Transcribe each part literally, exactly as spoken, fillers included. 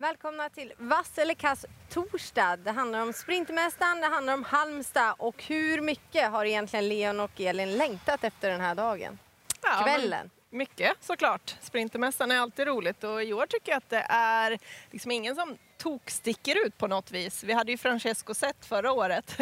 Välkomna till Vass eller kass torsdag. Det handlar om Sprintmästaren, det handlar om Halmstad. Och hur mycket har egentligen Leon och Elin längtat efter den här dagen? Ja, Kvällen. Mycket såklart. Sprintermästaren är alltid roligt och i år tycker jag att det är liksom ingen som toksticker ut på något vis. Vi hade ju Francesco Zet förra året.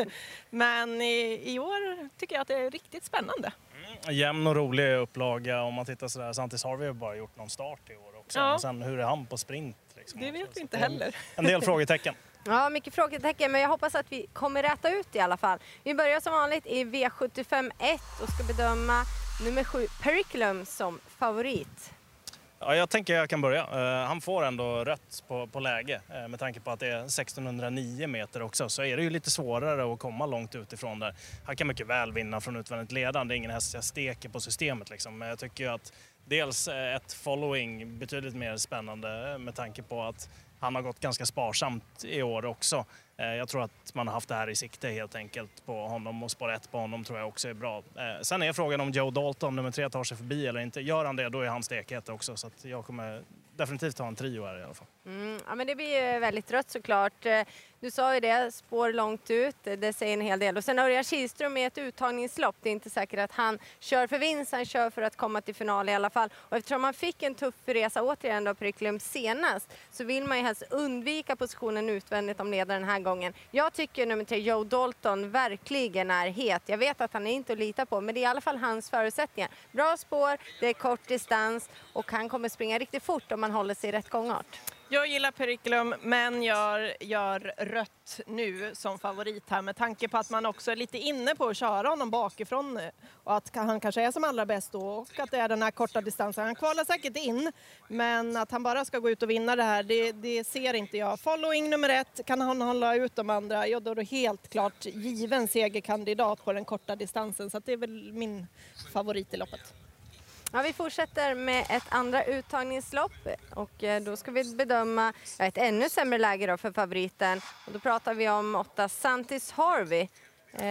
Men i, i år tycker jag att det är riktigt spännande. Mm, jämn och rolig upplaga om man tittar sådär. Santis har vi ju bara gjort någon start i år också. Ja. Men sen hur är han på sprint? Liksom. Det vet vi inte Så heller. En del frågetecken. Ja, mycket frågetecken, men jag hoppas att vi kommer räta ut i alla fall. Vi börjar som vanligt i V sjuttiofem ett och ska bedöma nummer sju Periculum som favorit. Ja, jag tänker jag kan börja. Uh, han får ändå rött på, på läge. Uh, med tanke på att det är sextonhundranio meter också så är det ju lite svårare att komma långt utifrån där. Han kan mycket väl vinna från utvändigt ledande. Det är ingen häst jag steker på systemet liksom. Men jag tycker ju att dels ett following betydligt mer spännande med tanke på att han har gått ganska sparsamt i år också. Jag tror att man har haft det här i sikte helt enkelt på honom och spår ett på honom tror jag också är bra. Sen är frågan om Joe Dalton, nummer tre, tar sig förbi eller inte. Gör han det, då är han stekhet också. Så att jag kommer definitivt ha en trio här i alla fall. Mm, ja, men det blir ju väldigt rött såklart. Du sa ju det, spår långt ut, det säger en hel del. Och sen Örjan Kihlström med ett uttagningslopp. Det är inte säkert att han kör för vinst, han kör för att komma till final i alla fall. Och eftersom man fick en tuff resa återigen då Periculum senast så vill man ju helst undvika positionen utvändigt om ledaren den här gången. Jag tycker nummer tre Joe Dalton verkligen är het. Jag vet att han är inte att lita på, men det är i alla fall hans förutsättningar. Bra spår, det är kort distans och han kommer springa riktigt fort om man håller sig i rätt gångart. Jag gillar Periculum men jag gör rött nu som favorit här med tanke på att man också är lite inne på att köra honom bakifrån och att han kanske är som allra bäst då och att det är den här korta distansen. Han kvalar säkert in men att han bara ska gå ut och vinna det här det, det ser inte jag. Following nummer ett, kan han hålla ut de andra? Ja, då är det helt klart given segerkandidat på den korta distansen så att det är väl min favorit i loppet. Ja, vi fortsätter med ett andra uttagningslopp och då ska vi bedöma ja, ett ännu sämre läge då för favoriten. Och då pratar vi om åtta Santis Harvey. Eh.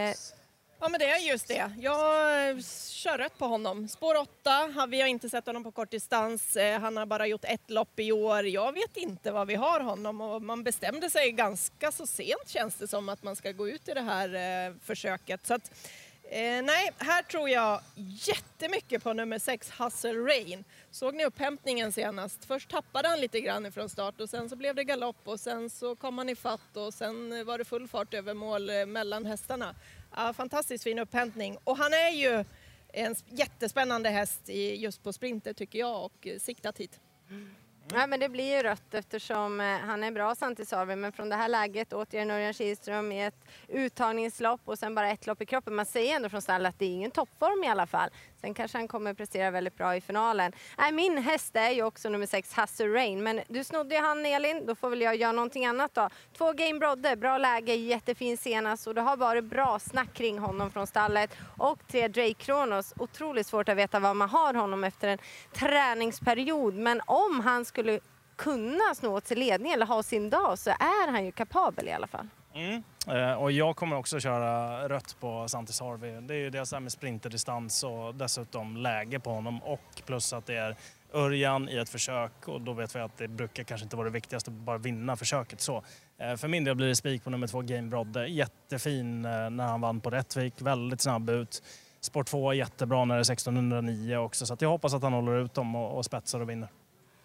Ja men det är just det. Jag kör rätt på honom. Spår åtta, vi har inte sett honom på kort distans. Han har bara gjort ett lopp i år. Jag vet inte vad vi har honom och man bestämde sig ganska så sent känns det som att man ska gå ut i det här eh, försöket. Så att Eh, nej, här tror jag jättemycket på nummer sex Hustle Rain. Såg ni upphämtningen senast? Först tappade han lite grann ifrån start och sen så blev det galopp och sen så kom han i fatt och sen var det full fart över mål eh, mellan hästarna. Ja, fantastiskt fin upphämtning och han är ju en jättespännande häst i, just på sprinter tycker jag och eh, siktat hit. Mm. Ja, men det blir ju rött eftersom eh, han är bra Santis Harvey, men från det här läget återigen Örjan Kihlström i ett uttagningslopp och sen bara ett lopp i kroppen. Man säger ändå från stallet att det är ingen toppform i alla fall. Sen kanske han kommer prestera väldigt bra i finalen. Äh, min häst är ju också nummer sex Hustle Rain, men du snodde ju han Elin, då får väl jag göra någonting annat då. Två Game Brodde, bra läge, jättefin senast och det har varit bra snack kring honom från stallet. Och tre Drake Kronos, otroligt svårt att veta vad man har honom efter en träningsperiod, men om han skulle kunna snå åt sig ledning eller ha sin dag så är han ju kapabel i alla fall. Mm. Eh, och jag kommer också köra rött på Santis Harvey. Det är ju det med sprinterdistans och dessutom läge på honom och plus att det är Örjan i ett försök och då vet vi att det brukar kanske inte vara det viktigaste att bara vinna försöket så. Eh, för min del blir det spik på nummer två Game Brodde. Jättefin eh, när han vann på Rättvik, väldigt snabb ut. Sport två är jättebra när det är sextonhundranio också så att jag hoppas att han håller ut dem och, och spetsar och vinner.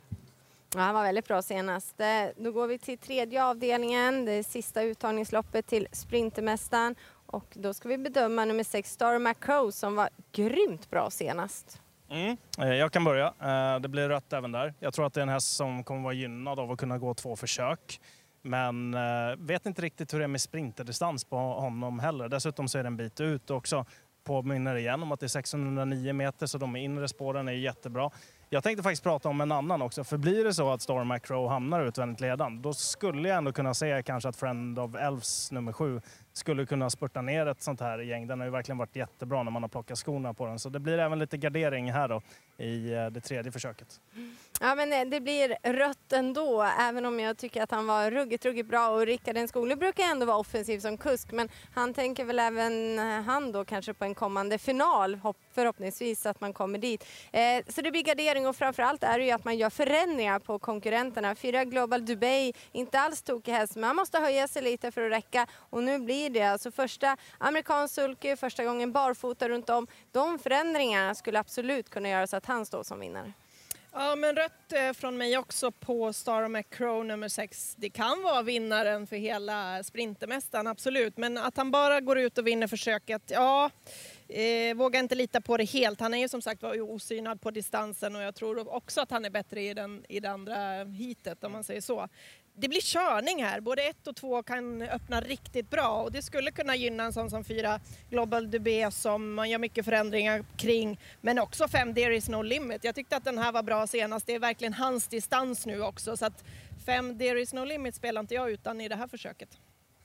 Ja, han var väldigt bra senast. Då går vi till tredje avdelningen, det sista uttagningsloppet till Sprintermästaren. Och då ska vi bedöma nummer sex Star Macro som var grymt bra senast. Mm. Jag kan börja. Det blir rött även där. Jag tror att det är en häst som kommer vara gynnad av att kunna gå två försök. Men vet inte riktigt hur det är med sprinterdistans på honom heller. Dessutom så är det en bit ut också. Påminner igen om att det är sextonhundranio meter så de inre spåren är jättebra. Jag tänkte faktiskt prata om en annan också. För blir det så att Star Macro hamnar utvändigt ledan då skulle jag ändå kunna säga kanske att Friend of Elves nummer sju skulle kunna spurta ner ett sånt här gäng. Den har ju verkligen varit jättebra när man har plockat skorna på den. Så det blir även lite gardering här då i det tredje försöket. Ja, men det blir rött ändå, även om jag tycker att han var ruggigt, ruggigt bra. Och Rickard Enskog brukar ändå vara offensiv som kusk, men han tänker väl även han då kanske på en kommande final, förhoppningsvis att man kommer dit. Eh, så det blir gardering, och framförallt är det ju att man gör förändringar på konkurrenterna. Fyra Global Dubai, inte alls tokig häst, men man måste höja sig lite för att räcka. Och nu blir det alltså första amerikansk sulky, första gången barfota runt om. De förändringarna skulle absolut kunna göra så att han står som vinnare. Ja, men rött eh, från mig också på Star Macro nummer sex. Det kan vara vinnaren för hela sprintermästaren, absolut. Men att han bara går ut och vinner försöket, ja, eh, vågar inte lita på det helt. Han är ju som sagt var osynad på distansen, och jag tror också att han är bättre i, den, i det andra heatet, om man säger så. Det blir körning här. Både ett och två kan öppna riktigt bra, och det skulle kunna gynna en sån som fyra Global Dubai som man gör mycket förändringar kring, men också fem There is no limit. Jag tyckte att den här var bra senast. Det är verkligen hans distans nu också, så att fem There is no limit spelar inte jag utan i det här försöket.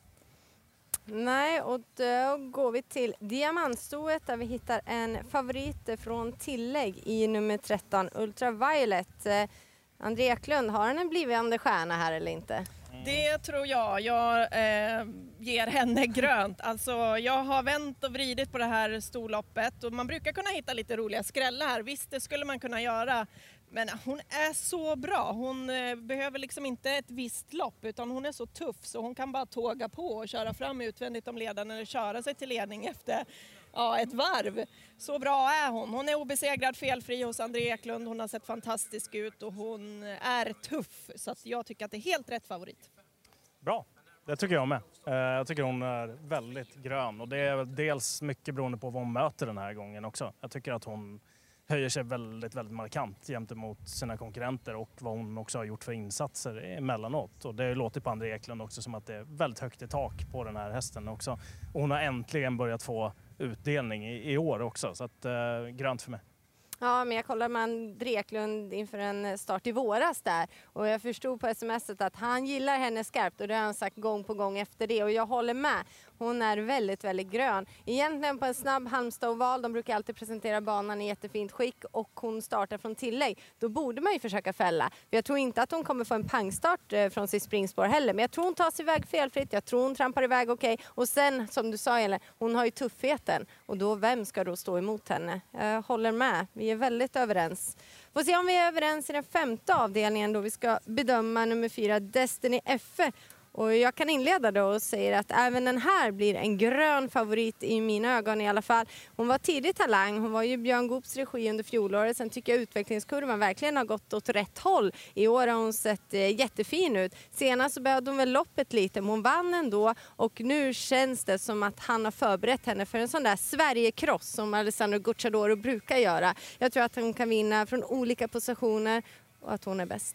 Nej, och då går vi till diamantstoet där vi hittar en favorit från tillägg i nummer tretton, Ultraviolet. André Eklund, har han en blivande stjärna här eller inte? Det tror jag. Jag eh, ger henne grönt. Alltså, jag har vänt och vridit på det här storloppet, och man brukar kunna hitta lite roliga skrällar här. Visst, det skulle man kunna göra. Men hon är så bra. Hon eh, behöver liksom inte ett visst lopp, utan hon är så tuff så hon kan bara tåga på och köra fram utvändigt om ledaren eller köra sig till ledning efter ja, ett varv. Så bra är hon. Hon är obesegrad, felfri hos André Eklund. Hon har sett fantastisk ut och hon är tuff. Så att jag tycker att det är helt rätt favorit. Bra, det tycker jag med. Jag tycker hon är väldigt grön, och det är dels mycket beroende på vad hon möter den här gången också. Jag tycker att hon höjer sig väldigt, väldigt markant gentemot sina konkurrenter och vad hon också har gjort för insatser emellanåt. Och det låter på André Eklund också som att det är väldigt högt i tak på den här hästen också. Och hon har äntligen börjat få utdelning i, i år också, så att eh, grönt för mig. Ja, men jag kollade med André Eklund inför en start i våras där, och jag förstod på smset att han gillar henne skarpt, och det har han sagt gång på gång efter det, och jag håller med. Hon är väldigt, väldigt grön. Egentligen på en snabb Halmstad-oval, de brukar alltid presentera banan i jättefint skick, och hon startar från tillägg. Då borde man ju försöka fälla. För jag tror inte att hon kommer få en pangstart från sitt springspår heller, men jag tror hon tar sig iväg felfritt, jag tror hon trampar iväg okej. Okay. Och sen, som du sa, Ellen, hon har ju tuffheten, och då vem ska då stå emot henne? Jag håller med, vi är väldigt överens. Får se om vi är överens i den femte avdelningen då vi ska bedöma nummer fyra Destiny F. Och jag kan inleda då och säga att även den här blir en grön favorit i mina ögon i alla fall. Hon var tidig talang, hon var ju Björn Goops regi under fjolåret. Sen tycker jag utvecklingskurvan verkligen har gått åt rätt håll. I år har hon sett eh, jättefin ut. Senast så behövde hon väl loppet lite, men hon vann ändå. Och nu känns det som att han har förberett henne för en sån där Sverigekross som Alessandro Gucciadoro brukar göra. Jag tror att hon kan vinna från olika positioner och att hon är bäst.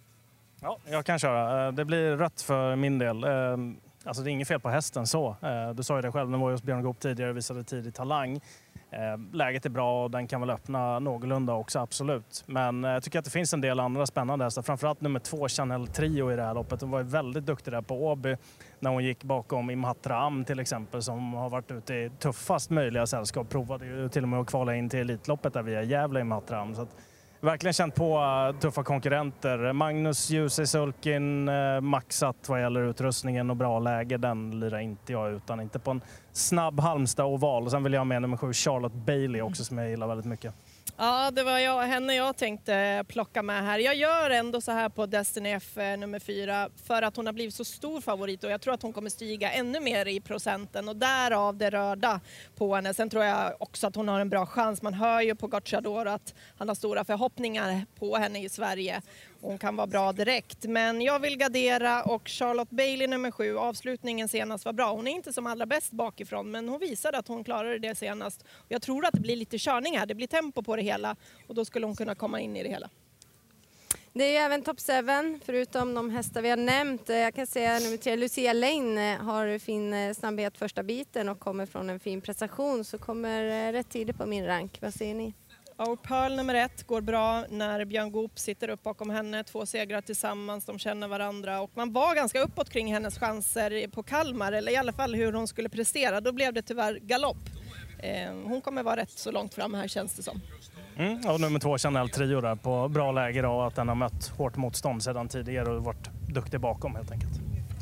Ja, jag kan köra. Det blir rött för min del. Alltså det är inget fel på hästen så. Du sa ju det själv, den var ju hos Björn Goop tidigare och visade tidig talang. Läget är bra och den kan väl öppna någorlunda också, absolut. Men jag tycker att det finns en del andra spännande hästar. Framförallt nummer två, Chanel Trio i det här loppet. Hon var ju väldigt duktig där på Åby när hon gick bakom Imhatram till exempel, som har varit ute i tuffast möjliga sällskap. Provade ju till och med att kvala in till Elitloppet där via Gävle Imhatram. Så att verkligen känt på uh, tuffa konkurrenter. Magnus Djuse Sulkin uh, maxat vad gäller utrustningen och bra läge. Den lirar inte jag utan inte på en snabb Halmstad oval. Och sen vill jag ha med nummer sju Charlotte Bailey också som jag gillar väldigt mycket. Ja, det var jag, henne jag tänkte plocka med här. Jag gör ändå så här på Destiny F nummer fyra för att hon har blivit så stor favorit och jag tror att hon kommer stiga ännu mer i procenten och därav det röda på henne. Sen tror jag också att hon har en bra chans. Man hör ju på Gucciadoro att han har stora förhoppningar på henne i Sverige. Hon kan vara bra direkt. Men jag vill gardera och Charlotte Bailey nummer sju. Avslutningen senast var bra. Hon är inte som allra bäst bakifrån men hon visade att hon klarade det senast. Jag tror att det blir lite körning här. Det blir tempo på det hela och då skulle hon kunna komma in i det hela. Det är ju även top sju förutom de hästar vi har nämnt. Jag kan säga nummer tre Lucia Lane har fin snabbhet första biten och kommer från en fin prestation så kommer rätt tidigt på min rank. Vad säger ni? Our Pearl nummer ett går bra när Björn Goop sitter upp bakom henne. Två segrar tillsammans, de känner varandra. Och man var ganska uppåt kring hennes chanser på Kalmar, eller i alla fall hur hon skulle prestera. Då blev det tyvärr galopp. Eh, hon kommer vara rätt så långt fram här, känns det som. Mm, och nummer två, Chanel Trio där på bra läge då, att den har mött hårt motstånd sedan tidigare och varit duktig bakom helt enkelt.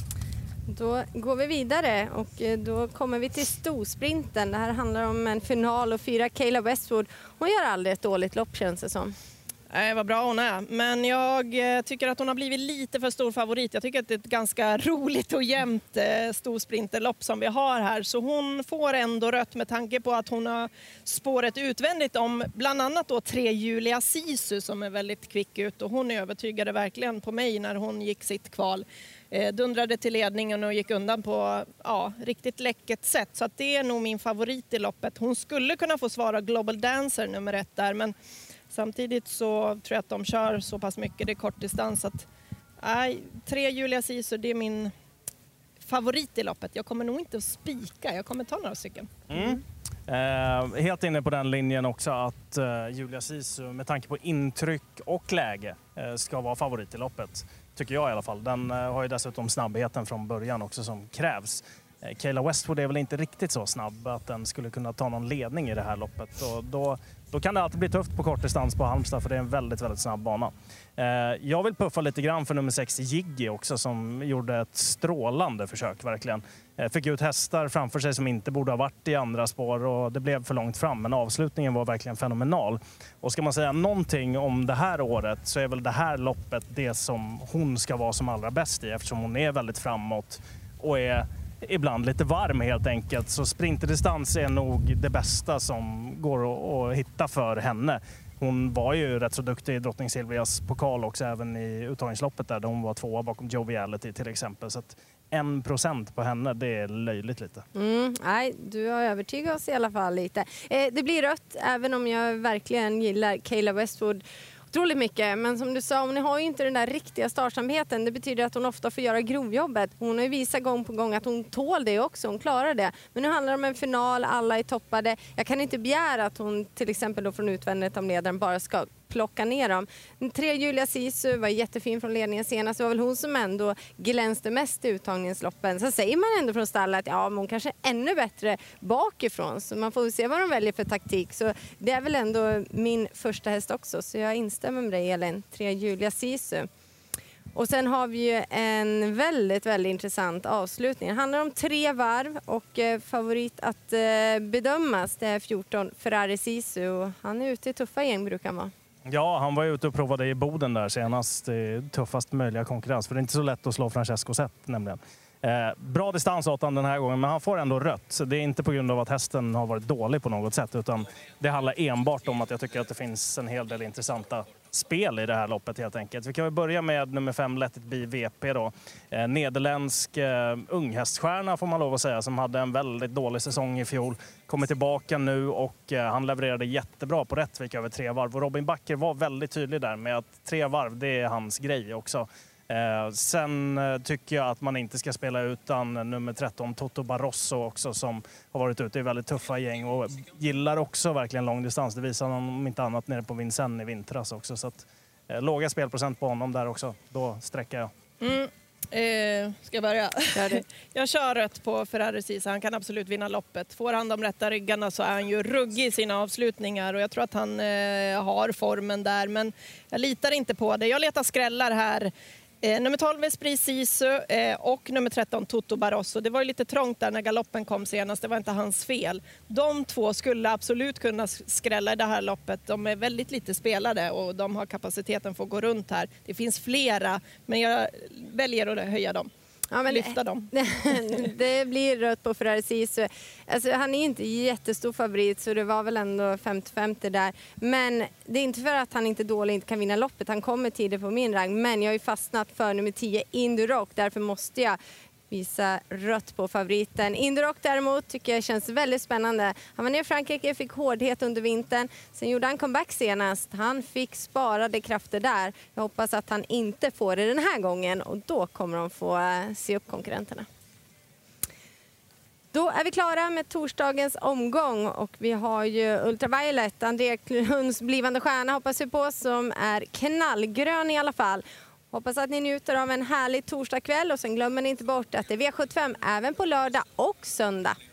Då går vi vidare och då kommer vi till storsprinten. Det här handlar om en final och fyra Kayla Westwood. Hon gör aldrig ett dåligt lopp, känns det som. Nej, vad bra hon är. Men jag tycker att hon har blivit lite för stor favorit. Jag tycker att det är ett ganska roligt och jämnt eh, storsprinterlopp som vi har här. Så hon får ändå rött med tanke på att hon har spåret utvändigt om bland annat då tre Julia Sisu som är väldigt kvick ut. Och hon övertygade verkligen på mig när hon gick sitt kval. Eh, dundrade till ledningen och gick undan på ja, riktigt läckert sätt. Så att det är nog min favorit i loppet. Hon skulle kunna få svara Global Dancer nummer ett där, men samtidigt så tror jag att de kör så pass mycket, det är kortdistans att nej, tre Julia Sisu, det är min favorit i loppet. Jag kommer nog inte att spika, jag kommer ta några stycken. Mm. Eh, helt inne på den linjen också att eh, Julia Sisu med tanke på intryck och läge eh, ska vara favorit i loppet. Tycker jag i alla fall. Den eh, har ju dessutom snabbheten från början också som krävs. Eh, Kayla Westwood är väl inte riktigt så snabb att den skulle kunna ta någon ledning i det här loppet. Och då Då kan det alltid bli tufft på kortdistans på Halmstad för det är en väldigt, väldigt snabb bana. Eh, jag vill puffa lite grann för nummer sex Jiggy också som gjorde ett strålande försök verkligen. Eh, fick ut hästar framför sig som inte borde ha varit i andra spår och det blev för långt fram, men avslutningen var verkligen fenomenal. Och ska man säga någonting om det här året så är väl det här loppet det som hon ska vara som allra bäst i eftersom hon är väldigt framåt och är ibland lite varm helt enkelt. Så sprinterdistans är nog det bästa som går att hitta för henne. Hon var ju rätt så duktig i Drottning Silvias pokal också även i uttagningsloppet där, där hon var tvåa bakom Joviality till exempel. Så att en procent på henne, det är löjligt lite. Mm, nej, du har övertygat oss i alla fall lite. Eh, det blir rött även om jag verkligen gillar Kayla Westwood otroligt mycket, men som du sa, hon har ju inte den där riktiga startsamheten. Det betyder att hon ofta får göra grovjobbet. Hon har ju visat gång på gång att hon tål det också, hon klarar det. Men nu handlar det om en final, alla är toppade. Jag kan inte begära att hon till exempel då från utvändigt om ledaren bara ska plocka ner dem. Tre Julia Sisu var jättefin från ledningen senast. Det var väl hon som ändå glänste mest i uttagningsloppen. Så säger man ändå från stallet att ja, men hon kanske är ännu bättre bakifrån. Så man får se vad de väljer för taktik. Så det är väl ändå min första häst också. Så jag instämmer med dig, Elin. Tre Julia Sisu. Och sen har vi ju en väldigt, väldigt intressant avslutning. Det handlar om tre varv och eh, favorit att eh, bedömas. Det är fjorton Ferrari Sisu och han är ute i tuffa gäng brukar han vara. Ja, han var ute och provade i Boden där senast. Tuffast möjliga konkurrens. För det är inte så lätt att slå Francesco Zet nämligen. Eh, bra distans åt han den här gången, men han får ändå rött. Så det är inte på grund av att hästen har varit dålig på något sätt. Utan det handlar enbart om att jag tycker att det finns en hel del intressanta spel i det här loppet helt enkelt. Vi kan väl börja med nummer fem, Let It Be V P då. Eh, nederländsk eh, unghäststjärna får man lov att säga, som hade en väldigt dålig säsong i fjol. Kommer tillbaka nu och eh, han levererade jättebra på Rättvik över tre varv. Och Robin Backer var väldigt tydlig där med att tre varv, det är hans grej också. Eh, sen eh, tycker jag att man inte ska spela utan nummer tretton Toto Barroso också, som har varit ute i väldigt tuffa gäng och gillar också verkligen långdistans. Det visar han om inte annat nere på Vincennes i vintras också. Så att, eh, låga spelprocent på honom där också. Då sträcker jag. Mm. Eh, ska jag börja? Jag kör rött på Ferrari Sisu. Han kan absolut vinna loppet. Får han de rätta ryggarna så är han ju ruggig i sina avslutningar och jag tror att han eh, har formen där, men jag litar inte på det. Jag letar skrällar här. Eh, nummer tolv Esprit Sisu eh, och nummer tretton Toto Barroso. Det var ju lite trångt där när galoppen kom senast. Det var inte hans fel. De två skulle absolut kunna skrälla i det här loppet. De är väldigt lite spelade och de har kapaciteten för att gå runt här. Det finns flera, men jag väljer att höja dem. Ja, men lyfta dem. Det blir rött på Ferrari Sisu. Alltså, han är inte jättestor favorit så det var väl ändå femtio femtio där. Men det är inte för att han inte är dålig inte kan vinna loppet. Han kommer tidigt på min rang. Men jag har ju fastnat för nummer tio Indurock. Därför måste jag visa rött på favoriten. Indurock däremot tycker jag känns väldigt spännande. Han var ner i Frankrike, fick hårdhet under vintern. Sen gjorde han comeback senast. Han fick sparade krafter där. Jag hoppas att han inte får det den här gången. Och då kommer de få se upp konkurrenterna. Då är vi klara med torsdagens omgång och vi har ju Ultraviolet, André Eklunds blivande stjärna hoppas vi på, som är knallgrön i alla fall. Hoppas att ni njuter av en härlig torsdagkväll och sen glömmer ni inte bort att det är V sjuttiofem även på lördag och söndag.